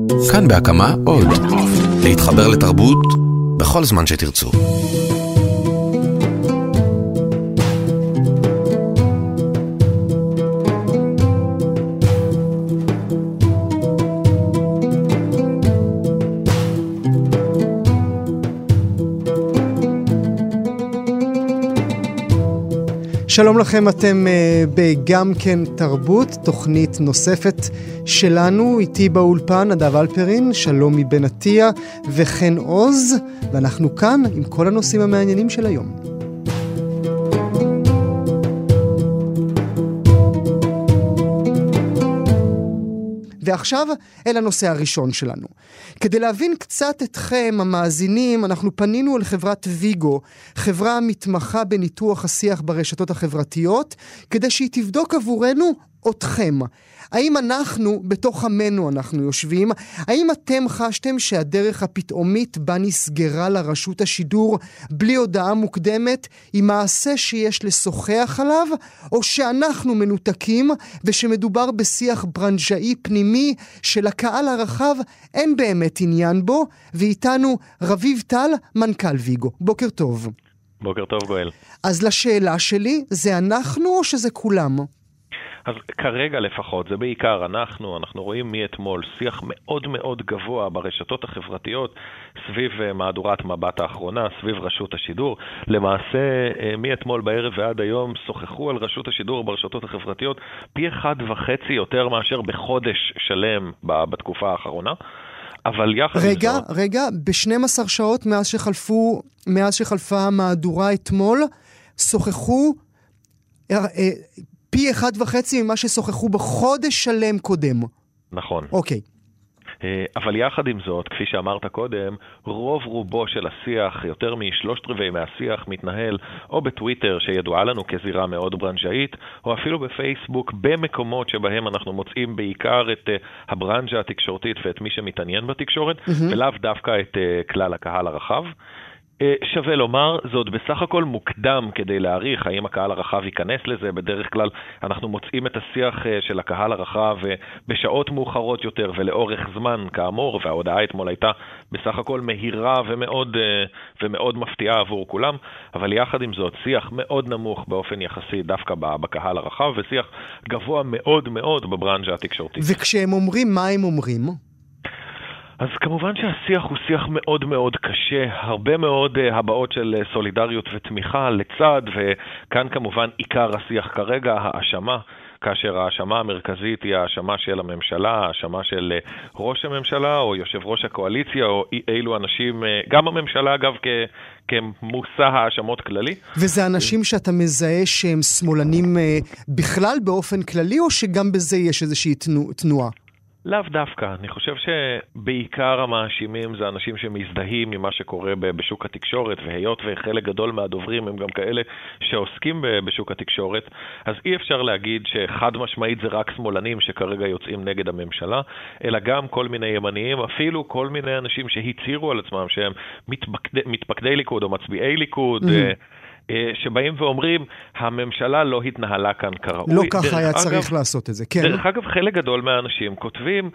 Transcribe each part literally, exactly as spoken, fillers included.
כאן בהקמה עוד. להתחבר לתרבות בכל זמן שתרצו. שלום לכם, אתם בגם כן תרבות, תוכנית נוספת שלנו, איתי באולפן נדב אלפרין, שלום מבן עטיה וחן עוז, ואנחנו כאן עם כל הנושאים המעניינים של היום. ועכשיו אל הנושא הראשון שלנו. כדי להבין קצת אתכם, המאזינים, אנחנו פנינו אל חברת ויגו, חברה מתמחה בניתוח השיח ברשתות החברתיות, כדי שהיא תבדוק עבורנו אתכם. האם אנחנו, בתוך עמנו אנחנו יושבים, האם אתם חשתם שהדרך הפתאומית בה נסגרה לרשות השידור בלי הודעה מוקדמת היא מעשה שיש לשוחח עליו, או שאנחנו מנותקים ושמדובר בשיח ברנז'אי פנימי שלקהל הרחב אין באמת עניין בו, ואיתנו רביב טל, מנכ"ל ויגו. בוקר טוב. בוקר טוב גואל. אז לשאלה שלי, זה אנחנו או שזה כולם? אז כרגע לפחות, זה בעיקר אנחנו, אנחנו רואים מאתמול שיח מאוד מאוד גבוה ברשתות החברתיות סביב מהדורת מבט האחרונה, סביב רשות השידור. למעשה, מאתמול בערב ועד היום שוחחו על רשות השידור ברשתות החברתיות פי אחד וחצי יותר מאשר בחודש שלם בתקופה האחרונה. אבל יחד רגע, עם זאת... רגע, ב-שתים עשרה שעות מאז שחלפו, מאז שחלפה המהדורה אתמול, שוחחו... פי אחד וחצי ממה ששוחחו בחודש שלם קודם. נכון. אוקיי. אבל יחד עם זאת, כפי שאמרת קודם, רוב רובו של השיח, יותר משלושת רבעי מהשיח, מתנהל או בטוויטר שידועה לנו כזירה מאוד ברנז'אית, או אפילו בפייסבוק, במקומות שבהם אנחנו מוצאים בעיקר את הברנז'ה התקשורתית ואת מי שמתעניין בתקשורת, mm-hmm. ולאו דווקא את כלל הקהל הרחב. שווה לומר, זה עוד בסך הכל מוקדם כדי להעריך האם הקהל הרחב ייכנס לזה. בדרך כלל אנחנו מוצאים את השיח של הקהל הרחב בשעות מאוחרות יותר ולאורך זמן כאמור, וההודעה אתמול הייתה בסך הכל מהירה ומאוד, ומאוד מפתיעה עבור כולם, אבל יחד עם זאת שיח מאוד נמוך באופן יחסי דווקא בקהל הרחב, ושיח גבוה מאוד מאוד בברנז'ה התקשורתית. וכשהם אומרים, מה הם אומרים? אז כמובן שהשיח הוא שיח מאוד מאוד קשה, הרבה מאוד הבעות של סולידריות ותמיכה לצד, וכאן כמובן עיקר השיח כרגע, האשמה, כאשר האשמה המרכזית היא האשמה של הממשלה, האשמה של ראש הממשלה או יושב ראש הקואליציה או אילו אנשים, גם הממשלה אגב כ... כמושא האשמות כללי. וזה אנשים שאתה מזהה שהם שמאלנים בכלל באופן כללי, או שגם בזה יש איזושהי תנועה? לאו דווקא. אני חושב שבעיקר המאשימים זה אנשים שמזדהים ממה שקורה בשוק התקשורת, והיות וחלק גדול מהדוברים הם גם כאלה שעוסקים בשוק התקשורת, אז אי אפשר להגיד שחד משמעית זה רק שמאלנים שכרגע יוצאים נגד הממשלה, אלא גם כל מיני ימניים, אפילו כל מיני אנשים שהצהירו על עצמם שהם מתפקדי, מתפקדי ליכוד או מצביעי ליכוד, mm-hmm. שבאים ואומרים, הממשלה לא התנהלה כאן כראוי. לא ככה היה צריך לעשות את זה, כן. דרך אגב, חלק גדול מהאנשים כותבים,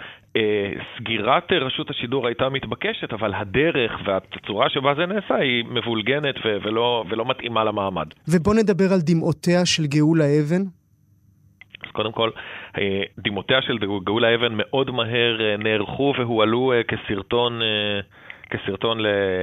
סגירת רשות השידור הייתה מתבקשת, אבל הדרך והצורה שבה זה נעשה היא מבולגנת ולא, ולא מתאימה למעמד. ובוא נדבר על דמעותיה של גאולה אבן. אז קודם כל, דמעותיה של גאולה אבן מאוד מהר נערכו והועלו כסרטון... כסרטון ל...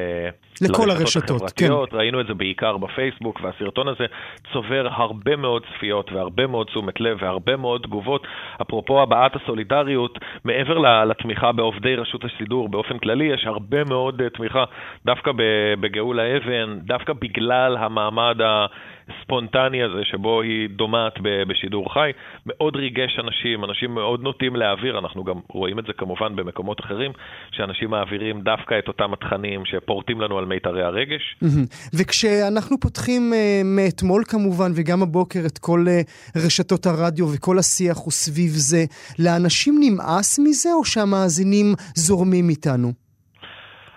לכל הרשתות, כן. ראינו את זה בעיקר בפייסבוק, והסרטון הזה צובר הרבה מאוד צפיות והרבה מאוד תשומת לב והרבה מאוד תגובות. אפרופו הבעת הסולידריות, מעבר לתמיכה בעובדי רשות השידור באופן כללי, יש הרבה מאוד תמיכה דווקא בגאולה אבן, דווקא בגלל המעמד הספונטני הזה שבו היא דומעת בשידור חי. מאוד ריגש אנשים, אנשים מאוד נוטים להעביר, אנחנו גם רואים את זה כמובן במקומות אחרים, שאנשים מעבירים דווקא את אותם התכנים שפורטים לנו על מיתרי הרגש. וכשאנחנו פותחים מאתמול כמובן וגם הבוקר את כל רשתות הרדיו וכל השיח הוא סביב זה, לאנשים נמאס מזה או שהמאזינים זורמים איתנו?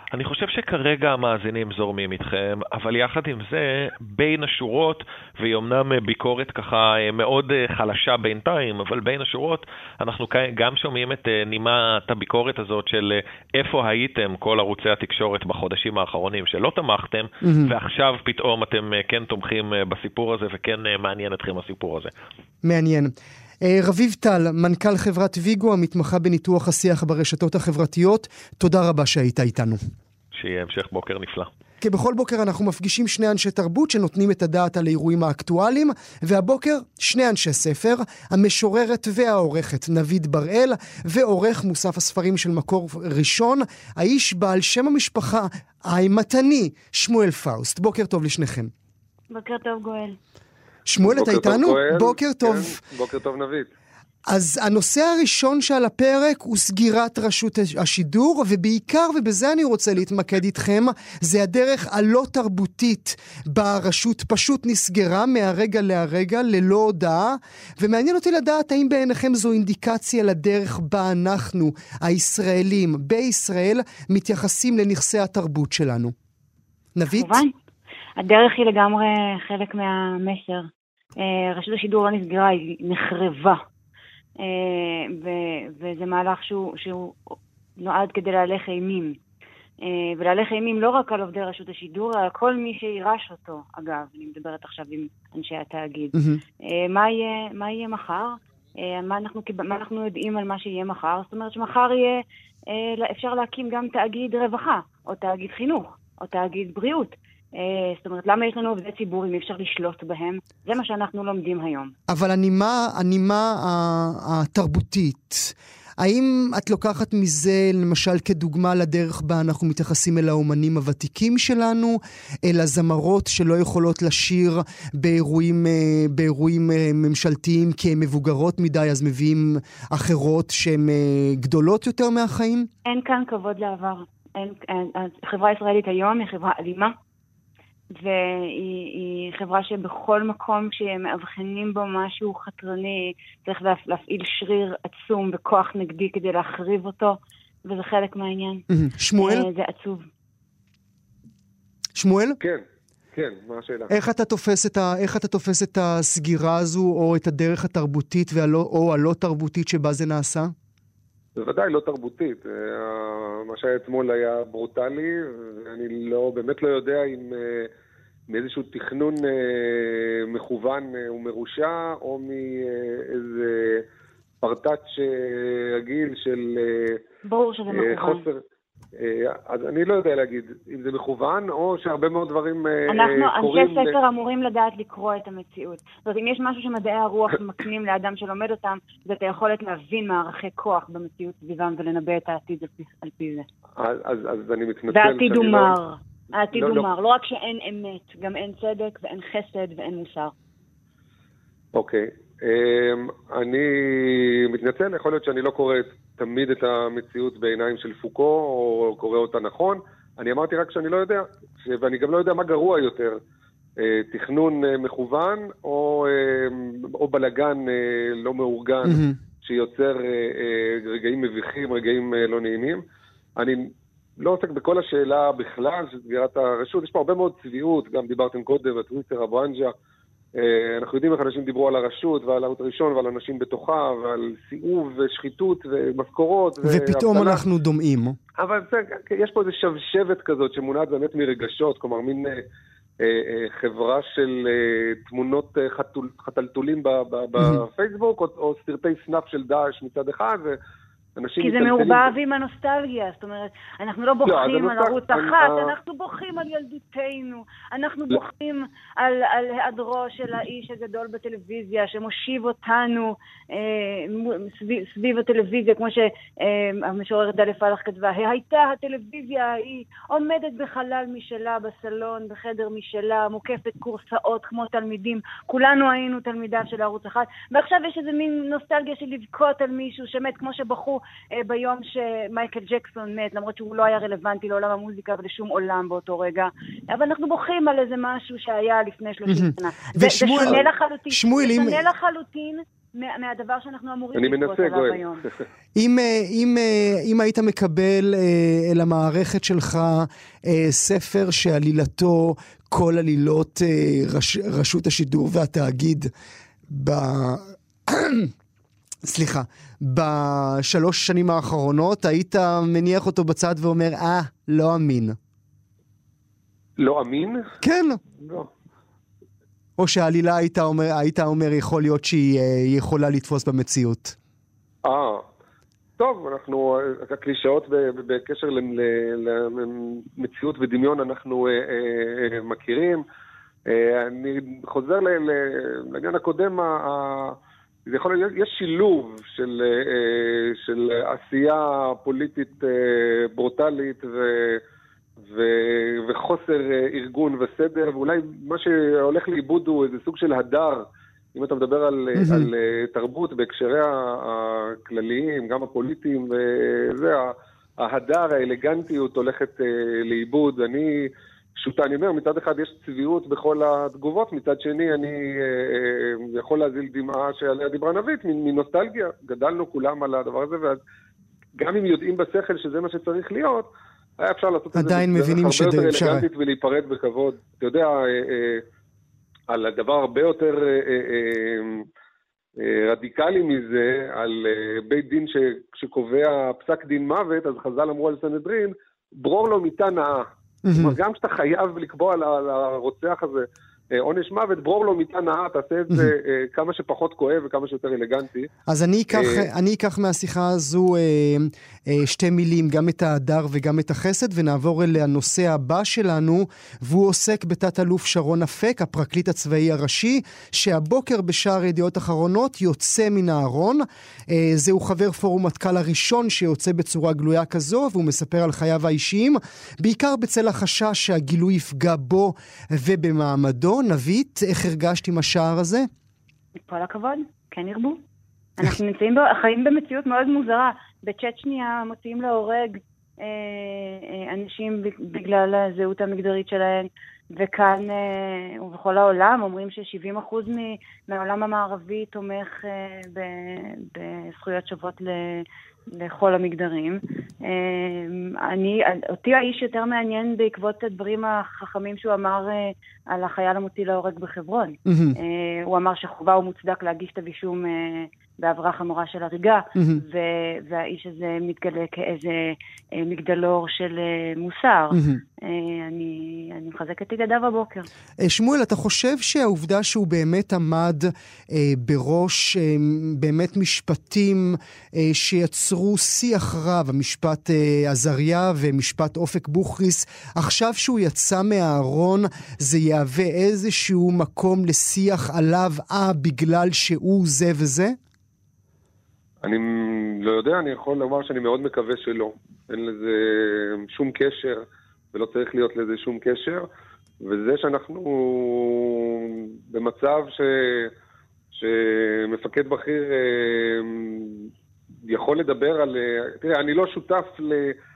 אני חושב שכרגע המאזינים זורמים איתכם, אבל יחד עם זה, בין השורות, והיא אומנם ביקורת ככה מאוד חלשה בינתיים, אבל בין השורות אנחנו גם שומעים את נימת הביקורת הזאת של איפה הייתם כל ערוצי התקשורת בחודשים האחרונים שלא תמכתם, mm-hmm. ועכשיו פתאום אתם כן תומכים בסיפור הזה, וכן מעניין אתכם הסיפור הזה. מעניין. רביב טל, מנכ"ל חברת ויגו, המתמחה בניתוח השיח ברשתות החברתיות, תודה רבה שהיית איתנו. שיהיה המשך בוקר נפלא. כבכל בוקר אנחנו מפגישים שני אנשי תרבות שנותנים את הדעת על האירועים האקטואליים, והבוקר שני אנשי ספר, המשוררת והעורכת נביד בראל, ועורך מוסף הספרים של מקור ראשון, האיש בעל שם המשפחה האימתני, שמואל פאוסט. בוקר טוב לשניכם. בוקר טוב גואל. שמואל, אתה איתנו? בוקר טוב. כן, בוקר טוב נביד. אז הנושא הראשון שעל הפרק הוא סגירת רשות השידור, ובעיקר, ובזה אני רוצה להתמקד איתכם, זה הדרך הלא תרבותית ברשות פשוט נסגרה מהרגע להרגע ללא הודעה, ומעניין אותי לדעת האם בעיניכם זו אינדיקציה לדרך בה אנחנו, הישראלים בישראל, מתייחסים לנכסי התרבות שלנו. נבית? כמובן. הדרך היא לגמרי חלק מהמסר. רשות השידור לא נסגרה, היא נחרבה. וזה מהלך שהוא, שהוא נועד כדי להלך אימים. ולהלך אימים לא רק על עובדי רשות השידור, אלא כל מי שירש אותו, אגב, אני מדברת עכשיו עם אנשי התאגיד. מה יהיה, מה יהיה מחר? מה אנחנו, מה אנחנו יודעים על מה שיהיה מחר? זאת אומרת שמחר יהיה, אפשר להקים גם תאגיד רווחה, או תאגיד חינוך, או תאגיד בריאות. זאת אומרת, למה יש לנו עובדי ציבור אם אפשר לשלוט בהם? זה מה שאנחנו לומדים היום. אבל הנימה, הנימה התרבותית, האם את לוקחת מזה, למשל, כדוגמה לדרך בה אנחנו מתייחסים אל האומנים הוותיקים שלנו, אל הזמרות שלא יכולות לשיר באירועים, באירועים ממשלתיים כמבוגרות מדי, אז מביאים אחרות שהן גדולות יותר מהחיים? אין כאן כבוד לעבר. אין, אין, החברה הישראלית היום היא חברה אלימה, והיא חברה שבכל מקום שמאבחנים בו משהו חתרני, צריך להפעיל שריר עצום וכוח נגדי כדי להחריב אותו, וזה חלק מהעניין. שמואל? זה עצוב. שמואל? כן, כן, מה השאלה? איך אתה תופס את ה, איך אתה תופס את הסגירה הזו, או את הדרך התרבותית והלא, או הלא תרבותית שבה זה נעשה? בוודאי לא תרבותית. מה שהיה אתמול היה ברוטלי, ואני לא, באמת לא יודע אם מאיזשהו תכנון מכוון ומרושע, או מאיזה פרטאץ' רגיל של ברור שזה מכוון. חוסר. אז אני לא יודע להגיד אם זה מכוון, או שהרבה מאוד דברים אנחנו, קורים. אנחנו, אנשי ספר אמורים לדעת לקרוא את המציאות. זאת אומרת, אם יש משהו שמדעי הרוח מקנים לאדם שלומד אותם, זה את היכולת להבין מערכי כוח במציאות סביבם, ולנבא את העתיד על פי זה. אז, אז, אז אני מתנצל. והעתיד הוא מר. העתיד לא, הוא לא. מר. לא רק שאין אמת, גם אין צדק ואין חסד ואין מוסר. אוקיי. אני מתנצל, יכול להיות שאני לא קורא תמיד את המציאות בעיניים של פוקו, או קורא אותה נכון. אני אמרתי רק שאני לא יודע, ואני גם לא יודע מה גרוע יותר, תכנון מכוון, או, או בלגן לא מאורגן, mm-hmm. שיוצר רגעים מביכים, רגעים לא נעימים. אני לא עוסק בכל השאלה בכלל של סגירת הרשות, יש פה הרבה מאוד צביעות, גם דיברתם קודם, בטוויטר, הברנג'ה, אנחנו יודעים איך אנשים דיברו על הרשות ועל הערוץ הראשון ועל אנשים בתוכה ועל סיאוב ושחיתות ומשכורות. ופתאום והבטלה. אנחנו דומעים. אבל זה, יש פה איזו שבשבת כזאת שמונעת באמת מרגשות, כלומר מין אה, אה, חברה של אה, תמונות אה, חתול, חתלתולים בפייסבוק, או, או סרטי סנאפ של דאעש מצד אחד, ו... כי זה מעורבב עם הנוסטלגיה, זאת אומרת, אנחנו לא בוכים על ערוץ אחת, אנחנו בוכים על ילדותנו, אנחנו בוכים על היעדרו של האיש הגדול בטלוויזיה, שמושיב אותנו סביב הטלוויזיה, כמו שהמשוררת דליה פלח כתבה, הייתה הטלוויזיה היא עומדת בחלל משלה, בסלון, בחדר משלה, מוקפת קורסאות כמו תלמידים, כולנו היינו תלמידיו של ערוץ אחד, ועכשיו יש איזה מין נוסטלגיה של לבכות על מישהו שמת, כמו שבכו ביום שמייקל ג'קסון מת, למרות שהוא לא היה רלוונטי לעולם המוזיקה ולשום עולם באותו רגע. אבל אנחנו בוכים על איזה משהו שהיה לפני שלושים שנה. זה שונה לחלוטין. זה שונה לחלוטין מהדבר שאנחנו אמורים לקרות עליו היום. אם, אם, אם היית מקבל אל המערכת שלך ספר שעלילתו כל עלילות רש, רשות השידור והתאגיד ב... סליחה, בשלוש שנים האחרונות, היית מניח אותו בצד ואומר, אה, לא אמין. לא אמין? כן. לא. או שהעלילה היית אומר, היית אומר יכול להיות שהיא יכולה לתפוס במציאות. אה, טוב, אנחנו, הקלישאות בקשר למציאות ודמיון אנחנו מכירים. אני חוזר לעניין הקודם, זה יכול להיות, יש שילוב של, של עשייה פוליטית ברוטלית ו... ו... וחוסר ארגון וסדר, ואולי מה שהולך לאיבוד הוא איזה סוג של הדר, אם אתה מדבר על, mm-hmm. על תרבות בהקשרי הכלליים, גם הפוליטיים, וזה, ההדר, האלגנטיות הולכת לאיבוד. אני, פשוטה, אני אומר, מצד אחד יש צביעות בכל התגובות, מצד שני אני יכול להזיל דמעה שעליה דיברה נבית, מנוסטלגיה, גדלנו כולם על הדבר הזה, וגם אם יודעים בשכל שזה מה שצריך להיות, היה אפשר לעשות את זה עדיין מבינים שזה הרבה יותר אלגנטית ולהיפרד בכבוד. אתה יודע, על הדבר הרבה יותר רדיקלי מזה, על בית דין שקובע פסק דין מוות, אז חז"ל אמרו על סנהדרין, ברור לו מיתה נאה. גם שאתה חייב לקבוע לרוצח הזה עונש מוות, ברור לו מיתה נאה, תעשה את זה כמה שפחות כואב וכמה שיותר אלגנטי. אז אני אקח, אני אקח מהשיחה הזו שתי מילים, גם את ההדר וגם את החסד, ונעבור אל הנושא הבא שלנו, והוא עוסק בתת אלוף שרון אפק, הפרקליט הצבאי הראשי, שהבוקר בשער ידיעות אחרונות יוצא מן הארון. זהו חבר פורום מטכ"ל הראשון שיוצא בצורה גלויה כזו, והוא מספר על חייו האישיים, בעיקר בצל החשש שהגילוי יפגע בו ובמעמדו. נבית, איך הרגשת עם השער הזה? כל הכבוד, כן ירבו. אנחנו נמצאים חיים במציאות מאוד מוזרה. בצ'צ'ניה מוציאים להורג אה, אה, אנשים בגלל הזהות המגדרית שלהם, וכאן אה, ובכל העולם אומרים ש-שבעים אחוז מהעולם המערבי תומך אה, בזכויות שוות ל... לכל המגדרים. אני, אותי האיש יותר מעניין בעקבות הדברים החכמים שהוא אמר על החייל המוציא להורג בחברון. Mm-hmm. הוא אמר שחובה הוא מוצדק להגיש כתב אישום בעבירה חמורה של הריגה, mm-hmm. והאיש הזה מתגלה כאיזה מגדלור של מוסר. Mm-hmm. אני, אני מחזקת את ידיו הבוקר. שמואל, אתה חושב שהעובדה שהוא באמת עמד בראש באמת משפטים שיצרו שיח רב, המשפט עזריה ומשפט אופק בוכריס, עכשיו שהוא יצא מהארון, זה יהווה איזשהו מקום לשיח עליו, אה, בגלל שהוא זה וזה? אני לא יודע, אני יכול לומר שאני מאוד מקווה שלא. אין לזה שום קשר, ולא צריך להיות לזה שום קשר, וזה שאנחנו במצב ש... שמפקד בכיר יכול לדבר על... תראה, אני לא שותף ל...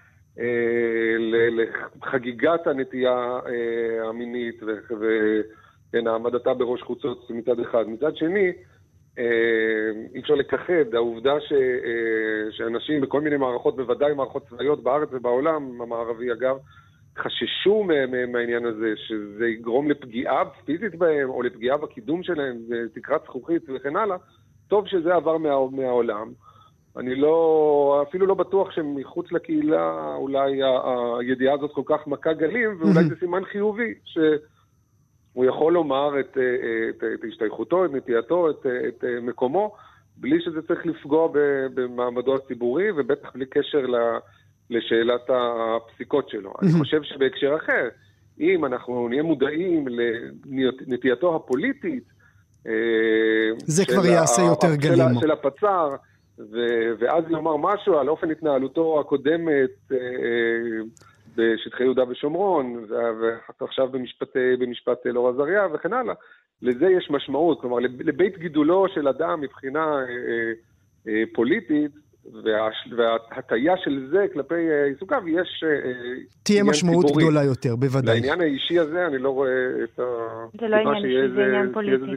לחגיגת הנטייה המינית והעמדתה בראש חוצות מצד אחד. מצד שני, אי אפשר לכחד, העובדה ש... שאנשים בכל מיני מערכות, בוודאי מערכות צבאיות בארץ ובעולם המערבי אגב, חששו מהעניין הזה, שזה יגרום לפגיעה פיזית בהם, או לפגיעה בקידום שלהם, תקרת זכוכית וכן הלאה. טוב שזה עבר מה... מהעולם. אני לא, אפילו לא בטוח שמחוץ לקהילה אולי הידיעה הזאת כל כך מכה גלים, ואולי זה סימן חיובי, שהוא יכול לומר את, את, את השתייכותו, את נטייתו, את, את מקומו, בלי שזה צריך לפגוע במעמדו הציבורי, ובטח בלי קשר לשאלת הפסיקות שלו. אני חושב שבהקשר אחר, אם אנחנו נהיה מודעים לנטייתו הפוליטית, זה כבר יעשה יותר גלים. של הפצ"ר, ואז נאמר משהו על אופן התנהלותו הקודמת בשטחי יהודה ושומרון, ועכשיו במשפט אלאור עזריה וכן הלאה. לזה יש משמעות, כלומר לבית גידולו של אדם מבחינה פוליטית, וההטיה של זה כלפי עיסוקיו יש תהיה משמעות גדולה יותר, בוודאי. לעניין האישי הזה אני לא רואה את זה לא עניין אישי, זה עניין פוליטי.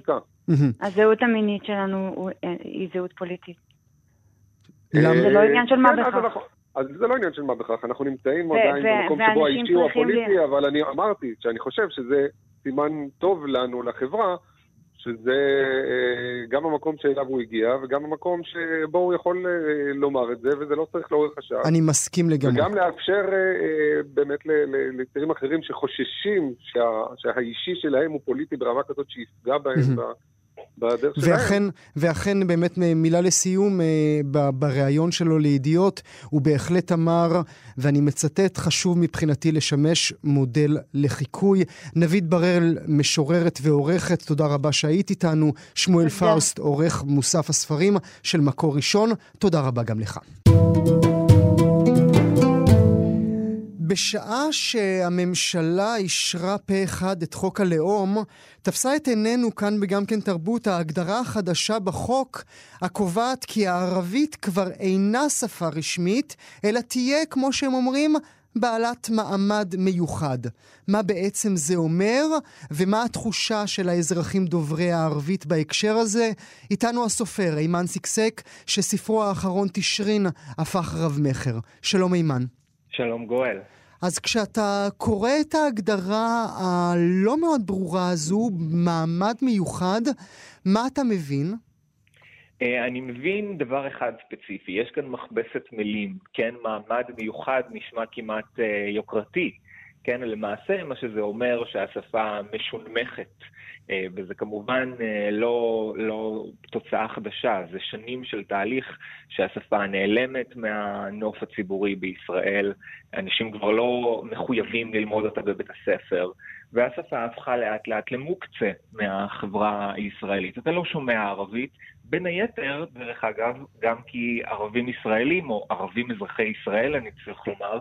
הזהות המינית שלנו היא זהות פוליטית. זה לא עניין של מה בכך. אז זה לא עניין של מה בכך, אנחנו נמצאים עדיין במקום שבו האישי הוא הפוליטי, אבל אני אמרתי שאני חושב שזה סימן טוב לנו, לחברה, שזה גם המקום שאליו הוא הגיע, וגם המקום שבו הוא יכול לומר את זה, וזה לא צריך לעורר חשש. אני מסכים לגמרי. וגם לאפשר באמת ליצרים אחרים שחוששים שהאישי שלהם הוא פוליטי ברמה כזאת שיפגע בהם בדרך שלהם. ואכן, ואכן באמת מילה לסיום, בריאיון שלו לידיעות, הוא בהחלט אמר, ואני מצטט, חשוב מבחינתי לשמש מודל לחיקוי. נביד בראל, משוררת ועורכת, תודה רבה שהיית איתנו. שמואל פאוסט, עורך מוסף הספרים של מקור ראשון, תודה רבה גם לך. בשעה שהממשלה אישרה פה אחד את חוק הלאום, תפסה את עינינו כאן בגם כן תרבות ההגדרה החדשה בחוק, הקובעת כי הערבית כבר אינה שפה רשמית, אלא תהיה, כמו שהם אומרים, בעלת מעמד מיוחד. מה בעצם זה אומר, ומה התחושה של האזרחים דוברי הערבית בהקשר הזה? איתנו הסופר, אימן סיקסק, שספרו האחרון תשרין הפך רב מחר. שלום אימן. שלום גואל. אז כשאתה קורא את ההגדרה הלא מאוד ברורה הזו, מעמד מיוחד, מה אתה מבין? אני מבין דבר אחד ספציפי, יש כאן מכבסת מילים, כן, מעמד מיוחד נשמע כמעט יוקרתי, כן, למעשה מה שזה אומר שהשפה משונמכת, וזה כמובן לא, לא תוצאה חדשה, זה שנים של תהליך שהשפה נעלמת מהנוף הציבורי בישראל, אנשים כבר לא מחויבים ללמוד אותה בבית הספר, והשפה הפכה לאט לאט למוקצה מהחברה הישראלית. אתה לא שומע ערבית, בין היתר, דרך אגב, גם כי ערבים ישראלים או ערבים אזרחי ישראל, אני צריך לומר,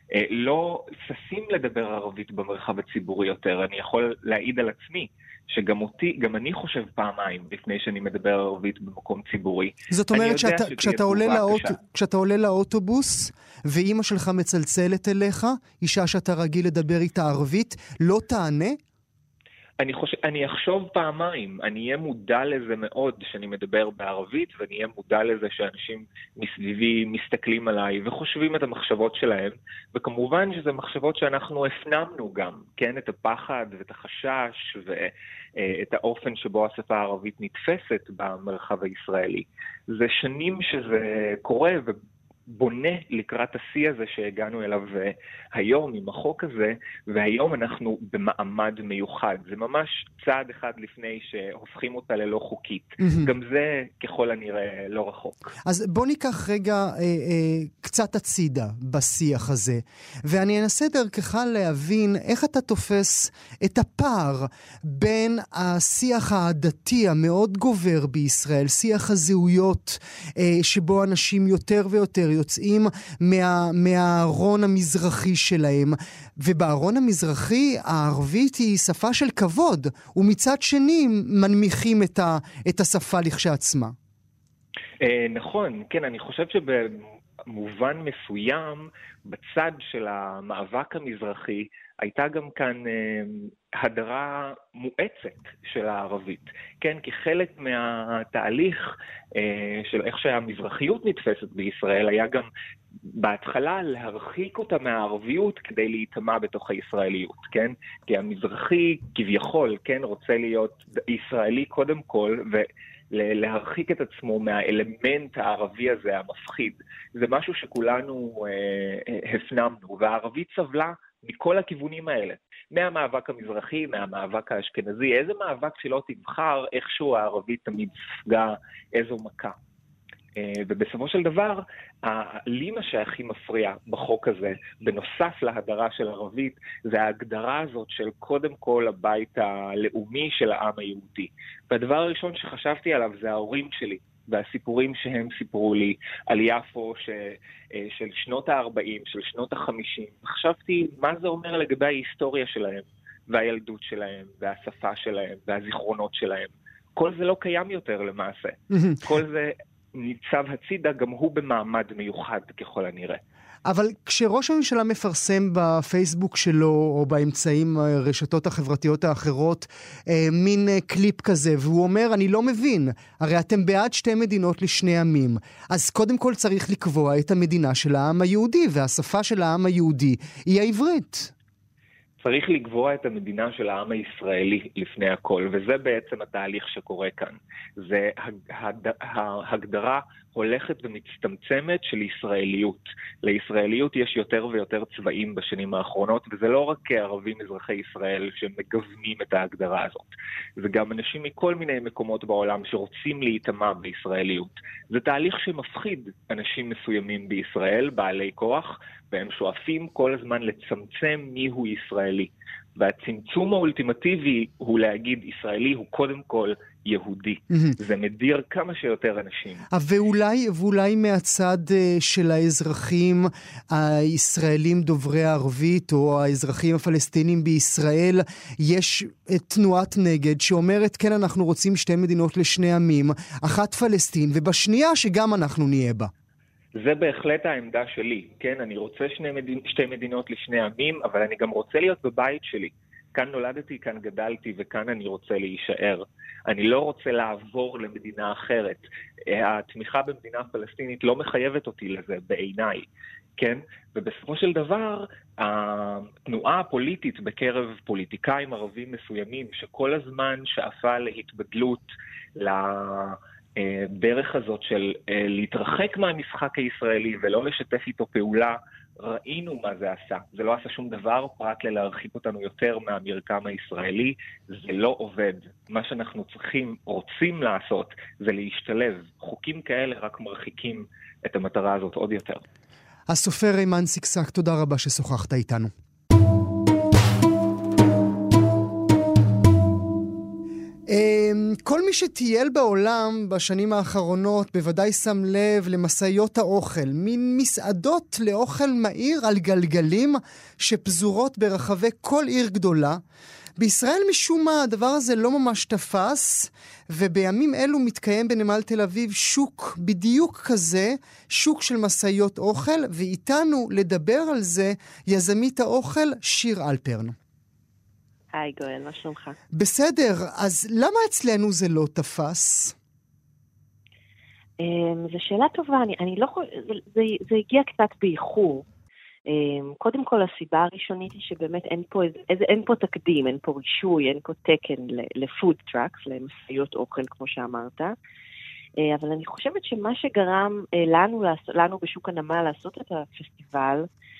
לא ששים לדבר ערבית במרחב הציבורי יותר. אני יכול להעיד על עצמי שגם אותי, גם אני חושב פעמיים לפני שאני מדבר ערבית במקום ציבורי. זאת אומרת שאתה, כשאתה עולה לאוטו, כשאתה עולה לאוטובוס ואימא שלך מצלצלת אליך, אישה שאתה רגיל לדבר איתה ערבית, לא תענה? אני חושב, אני אחשוב פעמיים, אני אהיה מודע לזה מאוד שאני מדבר בערבית, ואני אהיה מודע לזה שאנשים מסביבי מסתכלים עליי וחושבים את המחשבות שלהם, וכמובן שזה מחשבות שאנחנו הפנמנו גם, כן, את הפחד ואת החשש ואת האופן שבו השפה הערבית נתפסת במרחב הישראלי. זה שנים שזה קורה ו... בונה לקראת השיא הזה שהגענו אליו היום עם החוק הזה, והיום אנחנו במעמד מיוחד. זה ממש צעד אחד לפני שהופכים אותה ללא חוקית. Mm-hmm. גם זה ככל הנראה לא רחוק. אז בוא ניקח רגע אה, אה, קצת הצידה בשיח הזה, ואני אנסה דרכך להבין איך אתה תופס את הפער בין השיח העדתי המאוד גובר בישראל, שיח הזהויות אה, שבו אנשים יותר ויותר יוצאים מה, מהארון המזרחי שלהם, ובארון המזרחי הערבית היא שפה של כבוד, ומצד שני מנמיכים את, ה, את השפה לכשעצמה. נכון, כן, אני חושב שבמובן מסוים, בצד של המאבק המזרחי, הייתה גם כאן הדרה מואצת של הערבית. כן, כי חלק מהתהליך של איך שהמזרחיות נתפסת בישראל היה גם בהתחלה להרחיק אותה מהערביות כדי להתאמה בתוך הישראליות, כן? כי המזרחי כביכול, כן, רוצה להיות ישראלי קודם כל ולהרחיק את עצמו מהאלמנט הערבי הזה המפחיד. זה משהו שכולנו אה, הפנמנו, והערבית סבלה מכל הכיוונים האלה. מהמאבק המזרחי, מהמאבק האשכנזי, איזה מאבק שלא תבחר, איכשהו הערבית תמיד ספגה איזו מכה. ובסופו של דבר, לי מה שהכי מפריע בחוק הזה, בנוסף להדרה של ערבית, זה ההגדרה הזאת של קודם כל הבית הלאומי של העם היהודי. והדבר הראשון שחשבתי עליו זה ההורים שלי, והסיפורים שהם סיפרו לי על יפו ש, של שנות ה-ארבעים, של שנות ה-חמישים. חשבתי מה זה אומר לגבי ההיסטוריה שלהם, והילדות שלהם, והשפה שלהם, והזיכרונות שלהם. כל זה לא קיים יותר למעשה. כל זה ניצב הצידה, גם הוא במעמד מיוחד ככל הנראה. אבל כשראש הממשלה מפרסם בפייסבוק שלו, או באמצעים הרשתות החברתיות האחרות, מין קליפ כזה, והוא אומר, אני לא מבין, הרי אתם בעד שתי מדינות לשני עמים, אז קודם כל צריך לקבוע את המדינה של העם היהודי, והשפה של העם היהודי היא העברית. צריך לקבוע את המדינה של העם הישראלי לפני הכל, וזה בעצם התהליך שקורה כאן. זה ההגדרה הולכת ומצטמצמת של ישראליות. לישראליות יש יותר ויותר צבעים בשנים האחרונות, וזה לא רק ערבים אזרחי ישראל שמגוונים את ההגדרה הזאת. זה גם אנשים מכל מיני מקומות בעולם שרוצים להיטמע בישראליות. זה תהליך שמפחיד אנשים מסוימים בישראל, בעלי כוח, והם שואפים כל הזמן לצמצם מיהו ישראלי. והצמצום האולטימטיבי הוא להגיד ישראלי הוא קודם כל יהודי. זה מדיר כמה שיותר אנשים. ואולי, ואולי מהצד של האזרחים הישראלים דוברי הערבית או האזרחים הפלסטינים בישראל יש תנועת נגד שאומרת כן אנחנו רוצים שתי מדינות לשני עמים, אחת פלסטין ובשנייה שגם אנחנו נהיה בה. זה בהחלט העמדה שלי, כן? אני רוצה שני מדינ... שתי מדינות לשני עמים, אבל אני גם רוצה להיות בבית שלי. כאן נולדתי, כאן גדלתי, וכאן אני רוצה להישאר. אני לא רוצה לעבור למדינה אחרת. התמיכה במדינה פלסטינית לא מחייבת אותי לזה בעיניי, כן? ובסופו של דבר, התנועה הפוליטית בקרב פוליטיקאים ערבים מסוימים, שכל הזמן שאפה להתבדלות, ל... דרך הזאת של להתרחק מהמשחק הישראלי ולא לשתף איתו פעולה, ראינו מה זה עשה. זה לא עשה שום דבר פרט ללהרחיק אותנו יותר מהמרקם הישראלי. זה לא עובד. מה שאנחנו צריכים, רוצים לעשות, זה להשתלב. חוקים כאלה רק מרחיקים את המטרה הזאת עוד יותר. הסופר רימן סיקסק, תודה רבה ששוחחת איתנו. כל מי שטייל בעולם בשנים האחרונות בוודאי שם לב למסעיות האוכל, מין מסעדות לאוכל מהיר על גלגלים שפזורות ברחבי כל עיר גדולה. בישראל משום מה הדבר הזה לא ממש תפס, ובימים אלו מתקיים בנמל תל אביב שוק בדיוק כזה, שוק של מסעיות אוכל, ואיתנו לדבר על זה יזמית האוכל שיר אלפרן. היי גואל, מה שלומך? בסדר, אז למה אצלנו זה לא תפס? זו שאלה טובה, אני, אני לא חושב, זה, זה, זה הגיע קצת באיחור. קודם כל הסיבה הראשונית היא שבאמת אין פה, אין פה תקדים, אין פה רישוי, אין פה תקן לפוד טראקס, למסעיות אוכל כמו שאמרת. אבל אני חושבת שמה שגרם לנו, לנו בשוק הנמל לעשות את הפסטיבל,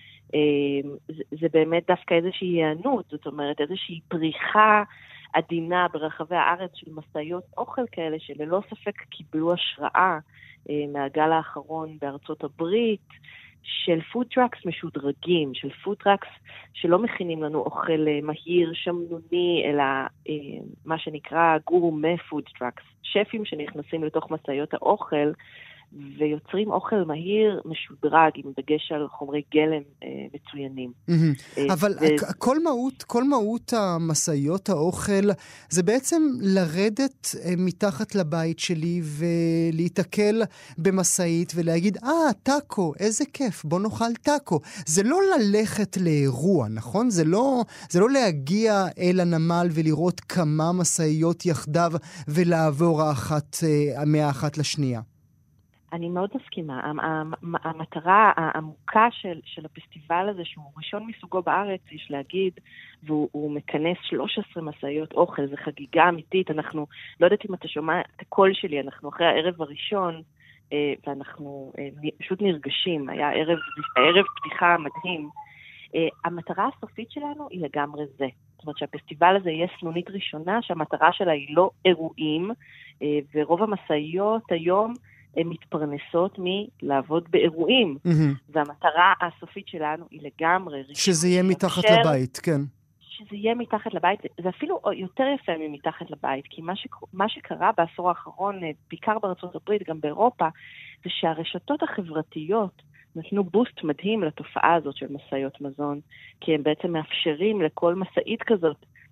זה, זה באמת דווקא איזושהי הענות, זאת אומרת איזושהי פריחה עדינה ברחבי הארץ של מסעיות אוכל כאלה שללא ספק קיבלו השראה מהגל האחרון בארצות הברית, של פוד טראקס משודרגים, של פוד טראקס שלא מכינים לנו אוכל מהיר, שמנוני, אלא מה שנקרא גורמה פוד טראקס, שפים שנכנסים לתוך מסעיות האוכל, ויוצרים אוכל מהיר משודרג עם דגש על חומרי גלם אה, מצוינים. Mm-hmm. אה, אבל ו... כל מהות, כל מהות המסעיות האוכל זה בעצם לרדת אה, מתחת לבית שלי ולהתעכל במסעית ולהגיד, אה, טאקו, איזה כיף, בוא נאכל טאקו. זה לא ללכת לאירוע, נכון? זה לא, זה לא להגיע אל הנמל ולראות כמה מסעיות יחדיו ולעבור האחת, אה, מהאחת לשנייה. אני מאוד מסכימה. המטרה העמוקה של, של הפסטיבל הזה, שהוא ראשון מסוגו בארץ, יש להגיד, והוא מכנס שלוש עשרה מסעיות אוכל, זה חגיגה אמיתית. אנחנו, לא יודעת אם אתה שומע את הקול שלי, אנחנו אחרי הערב הראשון, ואנחנו פשוט נרגשים. היה ערב, ערב פתיחה מדהים. המטרה הסופית שלנו היא לגמרי זה. זאת אומרת שהפסטיבל הזה יהיה סנונית ראשונה, שהמטרה שלה היא לא אירועים, ורוב המסעיות היום, הן מתפרנסות מלעבוד באירועים. Mm-hmm. והמטרה הסופית שלנו היא לגמרי... שזה יהיה מתחת שר, לבית, כן. שזה יהיה מתחת לבית, זה אפילו יותר יפה ממתחת לבית, כי מה, ש, מה שקרה בעשור האחרון, בעיקר בארצות הברית, גם באירופה, זה שהרשתות החברתיות נתנו בוסט מדהים לתופעה הזאת של מסעיות מזון, כי הם בעצם מאפשרים לכל מסעית כזאת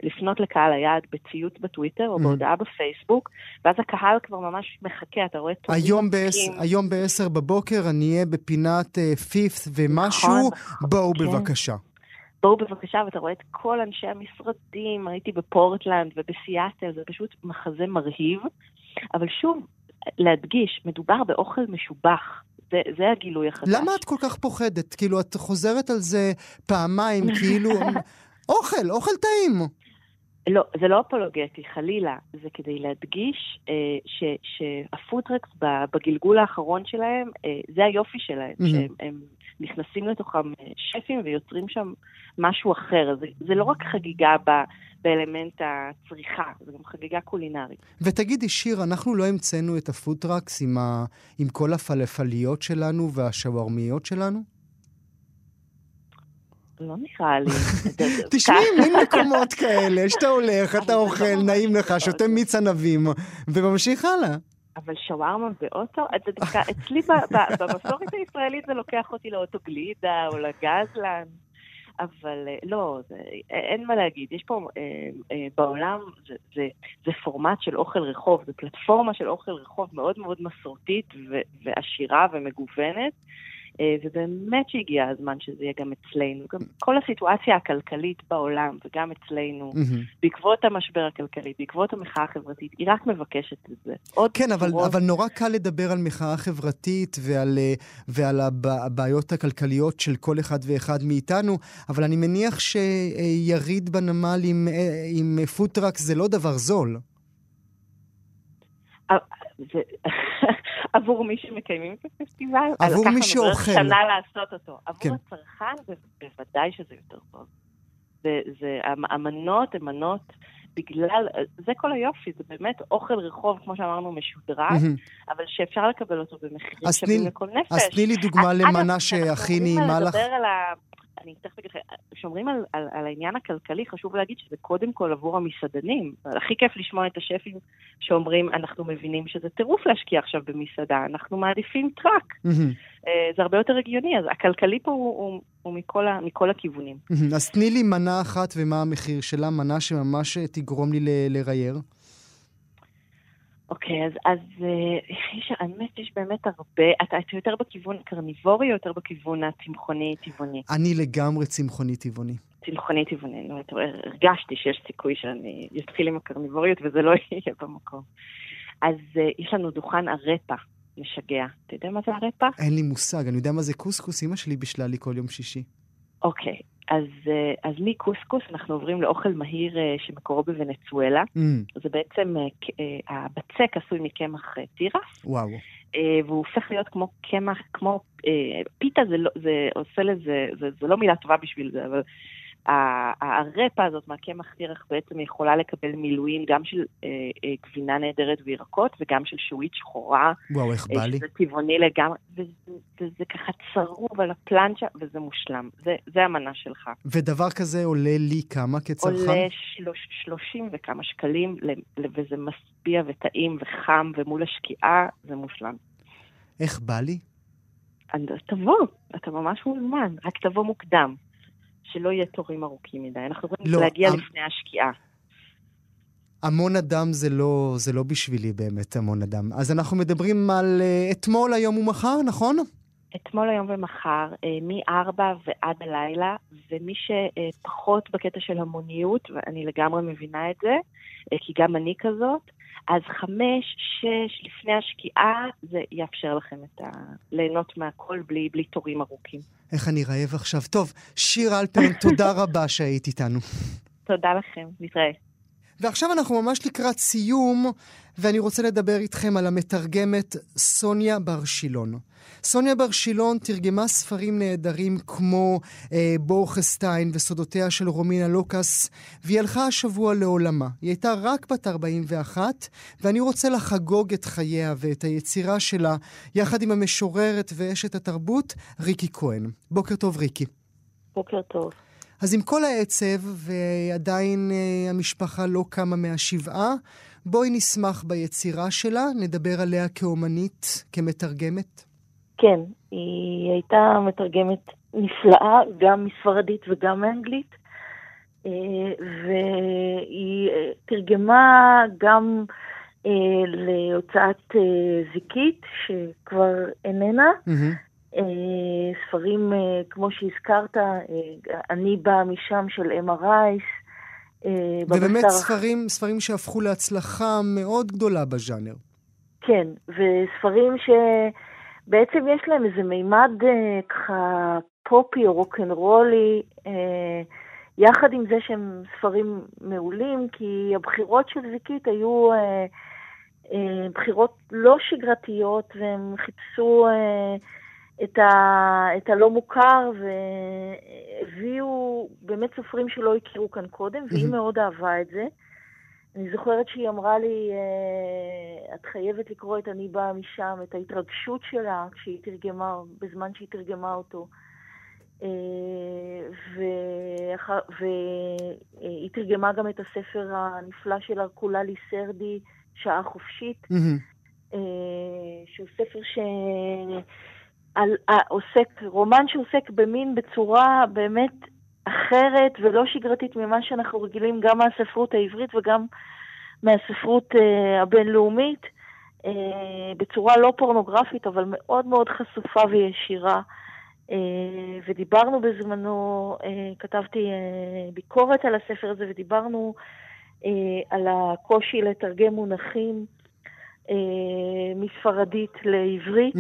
לפנות לקהל היעד בציוץ בטוויטר או בהודעה בפייסבוק, ואז הקהל כבר ממש מחכה, אתה רואה טובים היום מחכים. היום בעשר בבוקר אני אהיה בפינת פיפת ומשהו, נכון, בואו כן. בבקשה. בואו בבקשה, ואתה רואה את כל אנשי המשרדים, הייתי בפורטלנד ובסיאטל, זה פשוט מחזה מרהיב, אבל שוב, להדגיש, מדובר באוכל משובח, זה, זה הגילוי החדש. למה את כל כך פוחדת? כאילו, את חוזרת על זה פעמיים, כאילו, אוכל, אוכל טעים. לא, זה לא אפולוגטי, חלילה, זה כדי להדגיש אה, ש, שהפודטרקס בגלגול האחרון שלהם, אה, זה היופי שלהם, mm-hmm. שהם הם נכנסים לתוכם שפים ויוצרים שם משהו אחר. זה, זה לא רק חגיגה ב, באלמנט הצריכה, זה גם חגיגה קולינרית. ותגידי, שיר, אנחנו לא המצאנו את הפודטרקס עם, ה, עם כל הפלפליות שלנו והשווארמיות שלנו? לא נראה לי. תשמעי, מין מקומות כאלה, שאתה הולך, אתה אוכל, נעים לך, שותה מיץ ענבים, וממשיך הלאה. אבל שווארמה באוטו, אצלי במסורת הישראלית זה לוקח אותי לאוטו גלידה או לגזלן, אבל לא, אין מה להגיד. יש פה בעולם, זה פורמט של אוכל רחוב, זה פלטפורמה של אוכל רחוב מאוד מאוד מסורתית ועשירה ומגוונת, ובאמת שהגיע הזמן שזה יהיה גם אצלנו. גם כל הסיטואציה הכלכלית בעולם, וגם אצלנו, בעקבות המשבר הכלכלי, בעקבות המחאה החברתית, היא רק מבקשת את זה. כן, אבל, אבל נורא קל לדבר על מחאה חברתית ועל, ועל הבעיות הכלכליות של כל אחד ואחד מאיתנו, אבל אני מניח שיריד בנמל עם, עם פודטראק זה לא דבר זול. זה... עבור מי שמקיימים את הפסטיבל. עבור מי שאוכל. שנה לעשות אותו. עבור כן. הצרכן, זה בוודאי שזה יותר טוב. זה, זה, המנות, המנות, בגלל, זה כל היופי, זה באמת אוכל רחוב, כמו שאמרנו, משודרג, mm-hmm. אבל שאפשר לקבל אותו במחירים שווים לכל נפש. אז תני לי דוגמה למנה שהכי נעימה לך. אני תכף אגיד, שומרים על, על, על העניין הכלכלי, חשוב להגיד שזה קודם כל עבור המסעדנים. הכי כיף לשמוע את השפים שאומרים, אנחנו מבינים שזה טירוף להשקיע עכשיו במסעדה, אנחנו מעדיפים טראק. Mm-hmm. זה הרבה יותר הגיוני, אז הכלכלי פה הוא, הוא, הוא מכל, ה, מכל הכיוונים. Mm-hmm. אז תני לי מנה אחת ומה המחיר שלה, מנה שממש תגרום לי ל, לרייר. אוקיי, אז, אז יש, האמת, יש באמת הרבה, אתה, אתה יותר בכיוון קרניבורי או יותר בכיוון הצמחוני-טבעוני? אני לגמרי צמחוני-טבעוני. צמחוני-טבעוני, לא, הרגשתי שיש סיכוי שאני אתחיל עם הקרניבוריות וזה לא יהיה במקום. אז יש לנו דוכן הרפה, משגע. אתה יודע מה זה הרפה? אין לי מושג, אני יודע מה זה קוסקוס, אמא שלי בשלה לי כל יום שישי. אוקיי. אז, אז מקוסקוס אנחנו עוברים לאוכל מהיר שמקורו בוונצואלה. Mm. זה בעצם, הבצק עשוי מקמח תירס. וואו. והוא הופך להיות כמו קמח, כמו פיתה, זה, לא, זה עושה לזה, זה, זה לא מילה טובה בשביל זה, אבל הרפה הזאת מהקמח תירס בעצם יכולה לקבל מילואים גם של אה, אה, גבינה נהדרת וירקות, וגם של שועית שחורה. וואו, איך בא לי. שזה טבעוני לגמרי, וזה, וזה ככה צרוב על הפלנצ'ה, וזה מושלם. זה, זה המנה שלך. ודבר כזה עולה לי כמה כצרכן? עולה שלוש, שלושים וכמה שקלים, וזה משביע וטעים וחם, ומול השקיעה זה מושלם. איך בא לי? תבוא, אתה ממש מוזמן, רק תבוא מוקדם. שלא יהיה תורים ארוכים מדי. אנחנו יכולים לא, להגיע המ... לפני השקיעה. המון אדם זה לא, זה לא בשבילי באמת המון אדם. אז אנחנו מדברים על uh, אתמול, היום ומחר, נכון? אתמול, היום ומחר, uh, מארבע ועד הלילה, ומי שפחות uh, בקטע של המוניות, ואני לגמרי מבינה את זה, uh, כי גם אני כזאת, אז חמש, שש, לפני השקיעה, זה יאפשר לכם את ה... ליהנות מהכל בלי, בלי תורים ארוכים. איך אני רעב עכשיו. טוב, שיר אלפרין, תודה רבה שהיית איתנו. תודה לכם, נתראה. ועכשיו אנחנו ממש לקראת סיום, ואני רוצה לדבר איתכם על המתרגמת סוניה בר שילון. סוניה בר שילון תרגמה ספרים נהדרים כמו אה, בורכסטיין וסודותיה של רומינה לוקאס, והיא הלכה השבוע לעולמה. היא הייתה רק בת ארבעים ואחת, ואני רוצה לחגוג את חייה ואת היצירה שלה, יחד עם המשוררת ואשת התרבות, ריקי כהן. בוקר טוב, ריקי. בוקר טוב. אז עם כל העצב, ועדיין אה, המשפחה לא קמה מהשבעה, בואי נשמח ביצירה שלה, נדבר עליה כאומנית, כמתרגמת. כן, היא הייתה מתרגמת נפלאה, גם מספרדית וגם מאנגלית. והיא תרגמה גם להוצאת זיקית, שכבר איננה. ספרים, כמו שהזכרת, אני באה משם של אמה רייס. ובאמת ספרים, ספרים שהפכו להצלחה מאוד גדולה בז'אנר. כן, וספרים שבעצם יש להם איזה מימד ככה פופי או רוק'נ'רולי, יחד עם זה שהם ספרים מעולים, כי הבחירות של זיקית היו בחירות לא שגרתיות, והם חיפשו את, ה, את הלא מוכר, והביאו באמת סופרים שלא הכירו כאן קודם, והיא מאוד אהבה את זה. אני זוכרת שהיא אמרה לי, את חייבת לקרוא את אני באה משם, את ההתרגשות שלה כשהיא תרגמה, בזמן שהיא תרגמה אותו. והיא תרגמה גם את הספר הנפלא של ארקולה ליסרדי, שעה חופשית, שהוא ספר שעוסק, רומן שעוסק במין בצורה באמת אחרת ולא שגרתית ממה שאנחנו רגילים גם מהספרות העברית וגם מהספרות הבינלאומית, בצורה לא פורנוגרפית אבל מאוד מאוד חשופה וישירה. ודיברנו בזמנו, כתבתי ביקורת על הספר הזה ודיברנו על הקושי לתרגם מונחים מספרדית לעברית,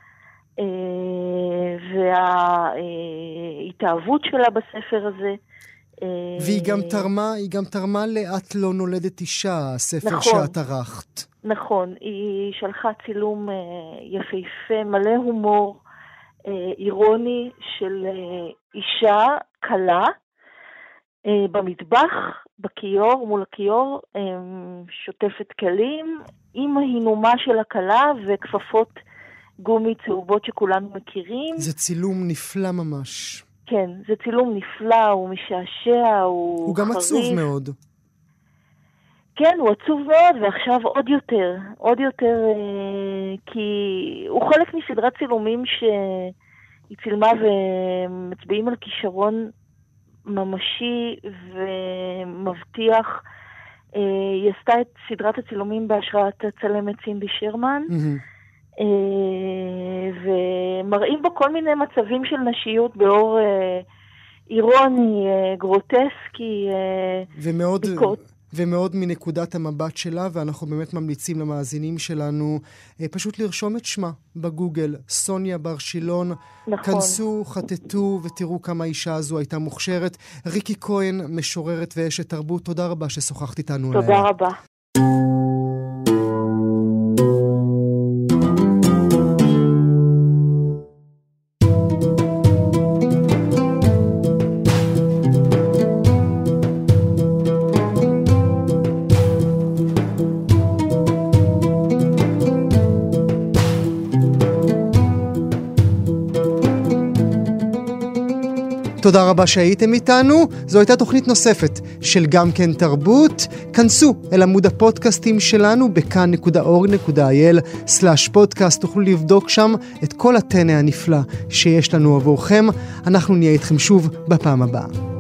וההתאהבות שלה בספר הזה. והיא גם תרמה, היא גם תרמה לאת לא נולדת אישה, הספר שאת ערכת. נכון, היא שלחה צילום יפהפה, מלא הומור, אירוני של אישה קלה, במטבח, בכיור, מול הכיור, שוטפת כלים, עם ההינומה של הכלה וכפפות גומי צהובות שכולנו מכירים. זה צילום נפלא ממש. כן, זה צילום נפלא, הוא משעשע, הוא חריף. הוא גם עצוב מאוד. כן, הוא עצוב מאוד, ועכשיו עוד יותר, עוד יותר, כי הוא חלק מסדרת צילומים שהיא צילמה ומצביעים על כישרון ממשי ומבטיח. היא עשתה את סדרת הצילומים בהשראת הצלמת סינדי שרמן, ומראים בו כל מיני מצבים של נשיות באור אירוני, גרוטסקי, ומאוד... ומאוד מנקודת המבט שלה, ואנחנו באמת ממליצים למאזינים שלנו אה, פשוט לרשום את שמה בגוגל, סוניה בר שילון. נכון. כנסו, חטטו ותראו כמה האישה הזו הייתה מוכשרת. ריקי כהן, משוררת ואשת תרבות, תודה רבה ששוחחת איתנו. תודה עליה. רבה. תודה רבה שהייתם איתנו. זו הייתה תוכנית נוספת של גם כן תרבות. כנסו אל עמוד הפודקאסטים שלנו בכאן נקודה אורג נקודה איי אל סלאש פודקאסט. תוכלו לבדוק שם את כל הטנא הנפלא שיש לנו עבורכם. אנחנו נהיה איתכם שוב בפעם הבאה.